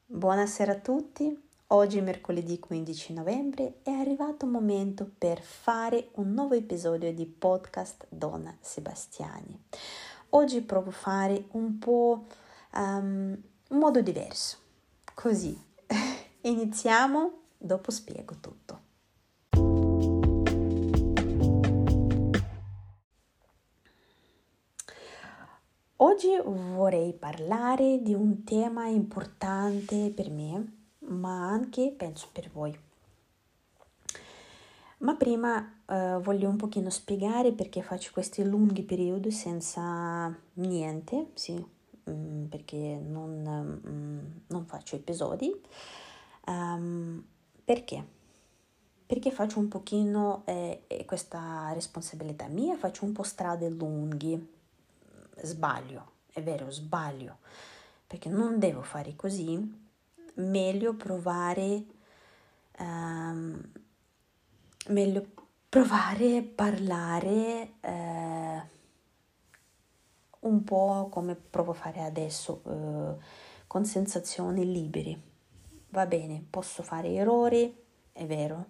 Buonasera a tutti, oggi mercoledì 15 novembre è arrivato il momento per fare un nuovo episodio di podcast Donna Sebastiani. Oggi provo a fare un po' un modo diverso, così iniziamo, dopo spiego tutto. Oggi vorrei parlare di un tema importante per me, ma anche penso per voi. Ma prima voglio un pochino spiegare perché faccio questi lunghi periodi senza niente, sì, perché non faccio episodi. Perché? Perché faccio un pochino questa responsabilità mia, faccio un po' strade lunghe, sbaglio, è vero, sbaglio, perché non devo fare così, meglio provare a parlare un po' come provo a fare adesso, con sensazioni libere. Va bene, posso fare errori, è vero.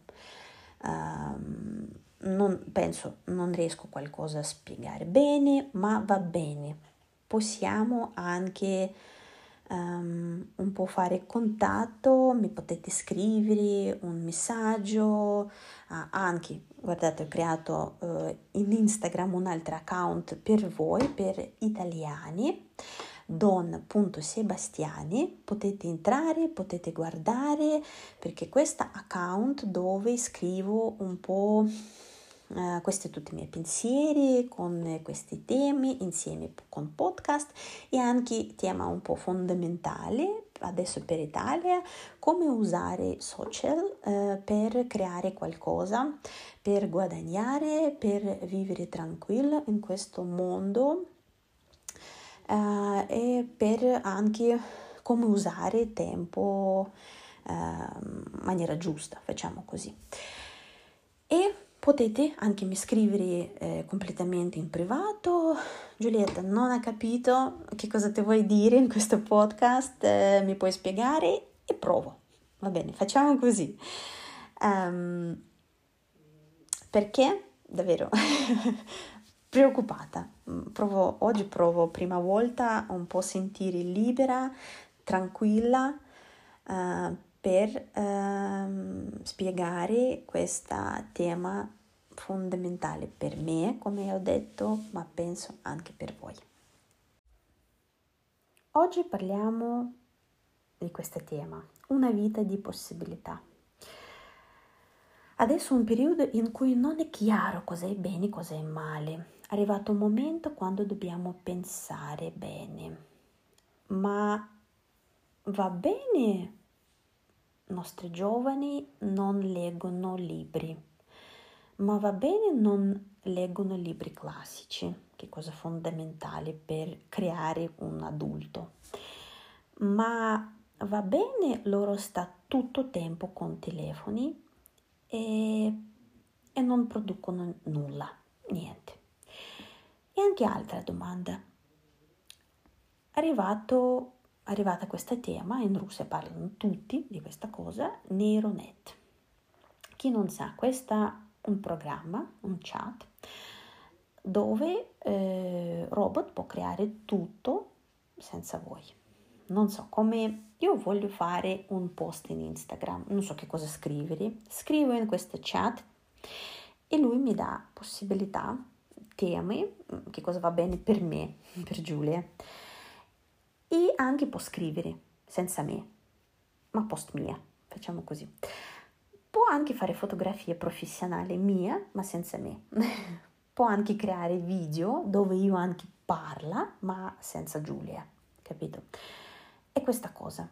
Non riesco qualcosa a spiegare bene, ma va bene. Possiamo anche un po' fare contatto, mi potete scrivere un messaggio, anche, guardate, ho creato in Instagram un altro account per voi, per italiani, don.sebastiani, potete entrare, potete guardare, perché questo account dove scrivo un po' questi tutti i miei pensieri con questi temi insieme con podcast e anche tema un po' fondamentale adesso per Italia, come usare social per creare qualcosa, per guadagnare, per vivere tranquillo in questo mondo e per anche come usare il tempo in maniera giusta, facciamo così. E potete anche mi scrivere completamente in privato. Giulietta, non ho capito che cosa ti vuoi dire in questo podcast, mi puoi spiegare? E provo. Va bene, facciamo così. Perché davvero preoccupata. Oggi provo prima volta un po' sentire libera, tranquilla per spiegare questo tema fondamentale per me, come ho detto, ma penso anche per voi. Oggi parliamo di questo tema, una vita di possibilità. Adesso è un periodo in cui non è chiaro cosa è bene e cosa è male. È arrivato un momento quando dobbiamo pensare bene. Ma va bene? I nostri giovani non leggono libri, ma va bene non leggono libri classici, che è cosa fondamentale per creare un adulto. Ma va bene loro sta tutto il tempo con telefoni e non producono nulla, niente. E anche altra domanda. Arrivata questo tema, in Russia parlano tutti di questa cosa, Neuronet. Chi non sa, questo è un programma, un chat, dove robot può creare tutto senza voi. Non so, come io voglio fare un post in Instagram, non so che cosa scrivere, scrivo in questo chat e lui mi dà possibilità, temi, che cosa va bene per me, per Giulia, e anche può scrivere senza me, ma post mia, facciamo così. Può anche fare fotografie professionali mia, ma senza me. Può anche creare video dove io anche parla, ma senza Giulia, capito? È questa cosa.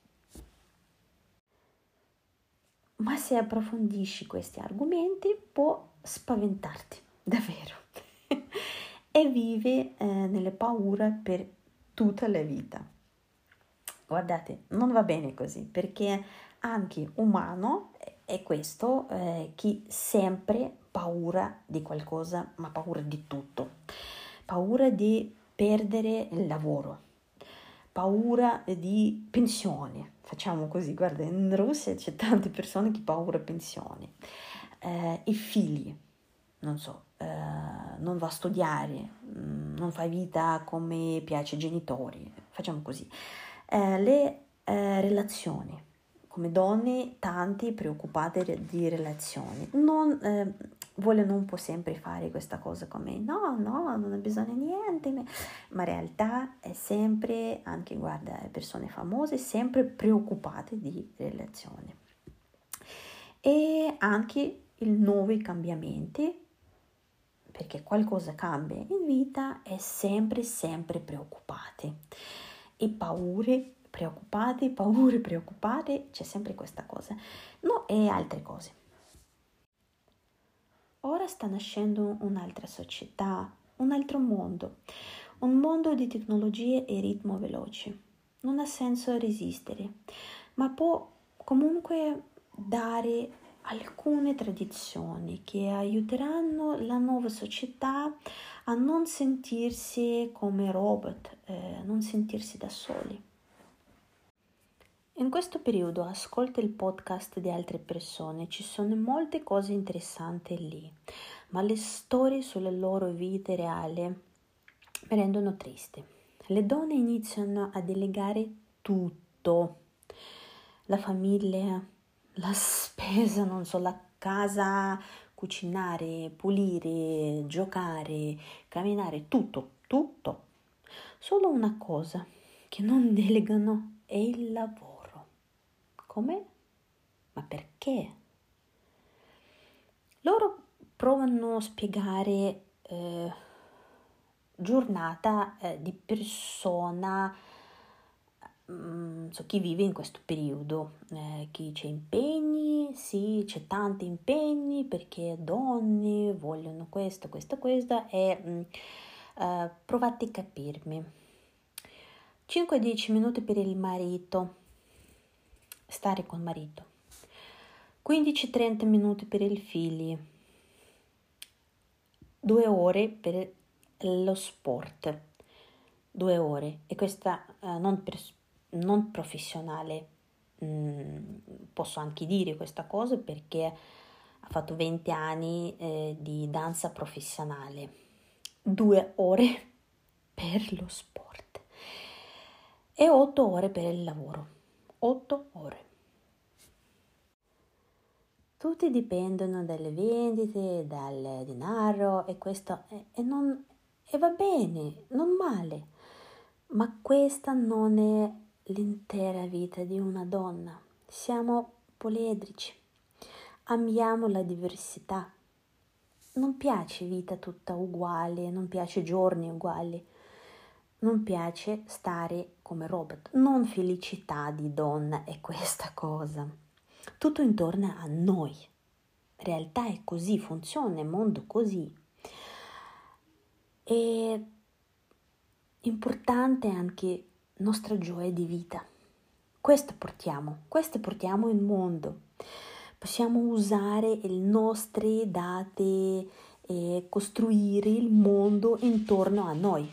Ma se approfondisci questi argomenti può spaventarti, davvero. E vive nelle paure per tutta la vita. Guardate, non va bene così, perché anche umano è questo, chi sempre paura di qualcosa, ma paura di tutto. Paura di perdere il lavoro, paura di pensione, facciamo così, guarda, in Russia c'è tante persone che paura pensioni, i figli, non so, non va a studiare, non fa vita come piace ai genitori, facciamo così. Le relazioni, come donne, tanti preoccupate di relazioni, non vogliono un po' sempre fare questa cosa come no, non ho bisogno di niente, ma in realtà è sempre, anche guarda, persone famose, sempre preoccupate di relazioni. E anche i nuovi cambiamenti, perché qualcosa cambia in vita, è sempre preoccupati. E paure, c'è sempre questa cosa. No, e altre cose. Ora sta nascendo un'altra società, un altro mondo, un mondo di tecnologie e ritmo veloce. Non ha senso resistere, ma può comunque dare alcune tradizioni che aiuteranno la nuova società a non sentirsi come robot, non sentirsi da soli. In questo periodo ascolta il podcast di altre persone, ci sono molte cose interessanti lì, ma le storie sulle loro vite reali mi rendono triste. Le donne iniziano a delegare tutto, la famiglia, la spesa, non so, la casa, cucinare, pulire, giocare, camminare, tutto. Solo una cosa che non delegano è il lavoro. Come? Ma perché? Loro provano a spiegare giornata di persona, chi vive in questo periodo, chi c'è impegni, sì, c'è tanti impegni perché donne vogliono questo e provate a capirmi. 5-10 minuti per il marito, stare con il marito, 15-30 minuti per i figli, 2 ore per lo sport, 2 ore, e questa non professionale, posso anche dire questa cosa perché ha fatto 20 anni di danza professionale, 2 ore per lo sport e 8 ore per il lavoro, 8 ore. Tutti dipendono dalle vendite, dal denaro e questo e va bene, non male, ma questa non è l'intera vita di una donna. Siamo poliedrici, amiamo la diversità. Non piace vita tutta uguale, non piace giorni uguali, non piace stare come robot. Non felicità di donna è questa cosa. Tutto intorno a noi. In realtà è così, funziona il mondo così. È importante anche nostra gioia di vita. Questo portiamo il mondo. Possiamo usare le nostre date e costruire il mondo intorno a noi.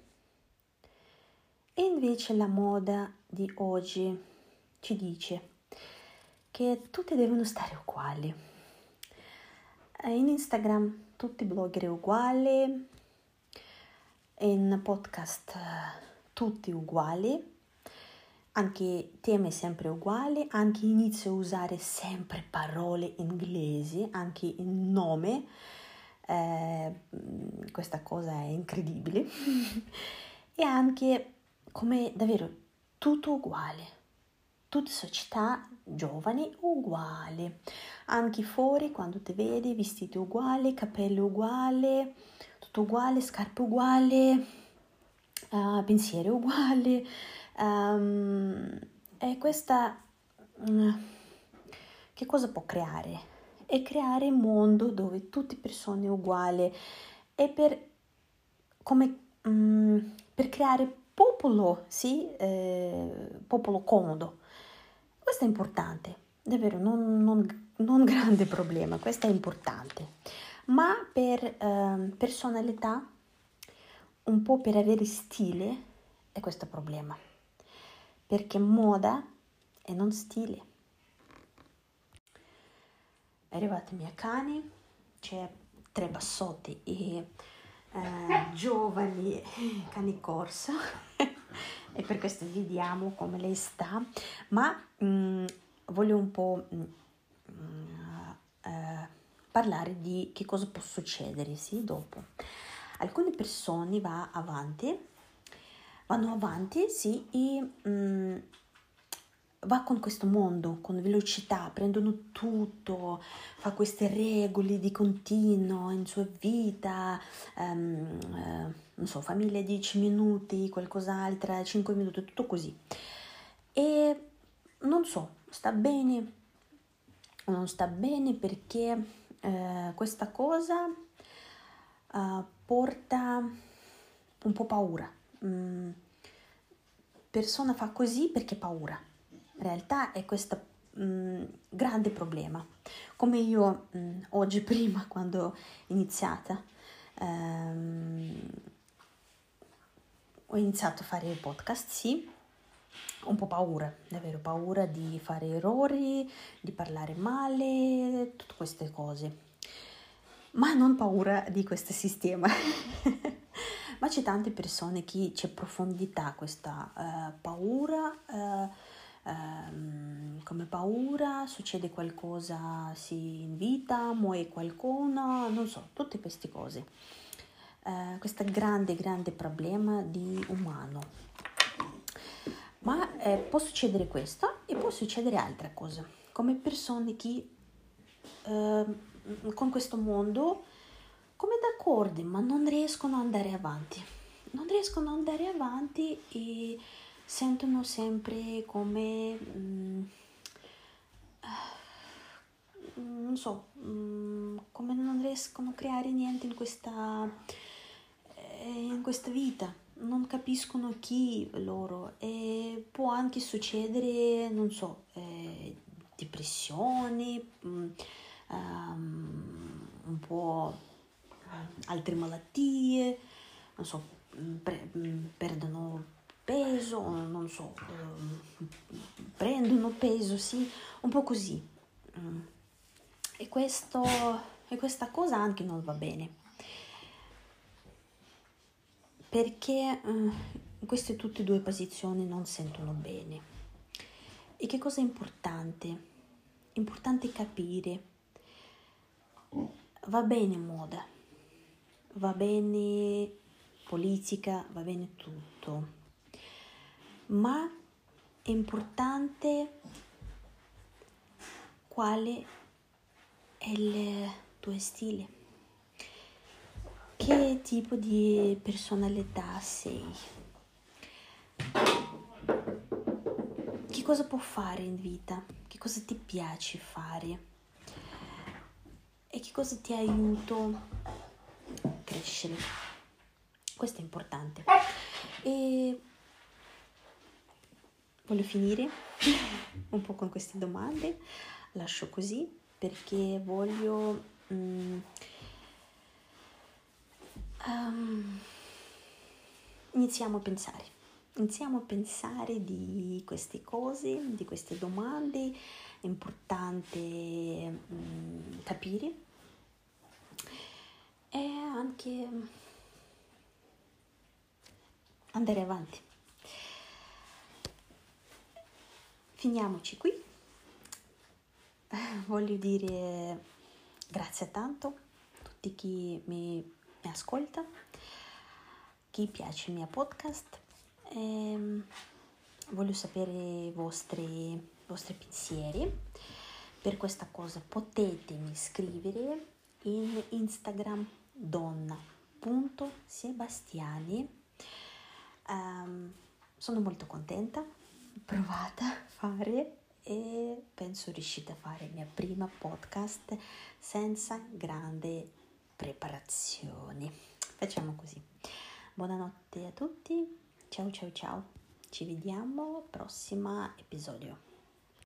E invece la moda di oggi ci dice che tutti devono stare uguali. In Instagram tutti blogger uguali, in podcast tutti uguali, anche temi sempre uguali, anche inizio a usare sempre parole inglesi, anche il nome, questa cosa è incredibile, e anche come davvero tutto uguale. Tutte società giovani uguali, anche fuori quando ti vedi vestiti uguali, capelli uguali, tutto uguale, scarpe uguali, pensieri uguali, e questa che cosa può creare? È creare un mondo dove tutte persone uguali e per creare popolo, sì, popolo comodo. Questo è importante, davvero, non grande problema, questo è importante. Ma per personalità, un po' per avere stile, è questo problema. Perché moda e non stile. È arrivato i miei cani, c'è 3 bassotti e giovani cani corso e per questo vediamo come lei sta, ma voglio un po' parlare di che cosa può succedere, sì, dopo. Alcune persone vanno avanti, sì, e va con questo mondo, con velocità, prendono tutto, fa queste regole di continuo in sua vita, non so, famiglia 10 minuti, qualcos'altro, 5 minuti, tutto così. E non so, sta bene o non sta bene perché questa cosa porta un po' paura. Persona fa così perché paura. In realtà è questo grande problema. Come io oggi prima, quando ho iniziato a fare il podcast, sì, un po' paura, davvero paura di fare errori, di parlare male, tutte queste cose. Ma non paura di questo sistema. Ma c'è tante persone che c'è profondità questa paura, come paura succede qualcosa sì, in vita, muore qualcuno, non so, tutte queste cose. Questo grande problema di umano. Ma può succedere questo e può succedere altre cose, come persone che con questo mondo come d'accordo, ma non riescono ad andare avanti. Non riescono ad andare avanti e sentono sempre come, non so, come non riescono a creare niente in questa vita. Non capiscono chi loro e può anche succedere, non so, depressioni, un po' altre malattie, non so, perdono peso, non so, prendono peso, sì, un po' così. E questa cosa anche non va bene, perché queste tutte e 2 posizioni non sentono bene. E che cosa è importante? Importante capire, va bene moda, va bene politica, va bene tutto, ma è importante quale è il tuo stile, che tipo di personalità sei, che cosa può fare in vita, che cosa ti piace fare e che cosa ti aiuta a crescere. Questo è importante. E voglio finire un po' con queste domande, lascio così perché voglio iniziamo a pensare di queste cose, di queste domande. È importante capire e anche andare avanti. Finiamoci qui. Voglio dire grazie tanto a tutti chi mi ascolta, chi piace il mio podcast. Voglio sapere i vostri pensieri. Per questa cosa potete mi scrivere in Instagram donna.sebastiani. Sono molto contenta, provata a fare e penso riuscite a fare il mio primo podcast senza grande preparazioni. Facciamo così. Buonanotte a tutti, ciao ciao ciao, ci vediamo al prossimo episodio.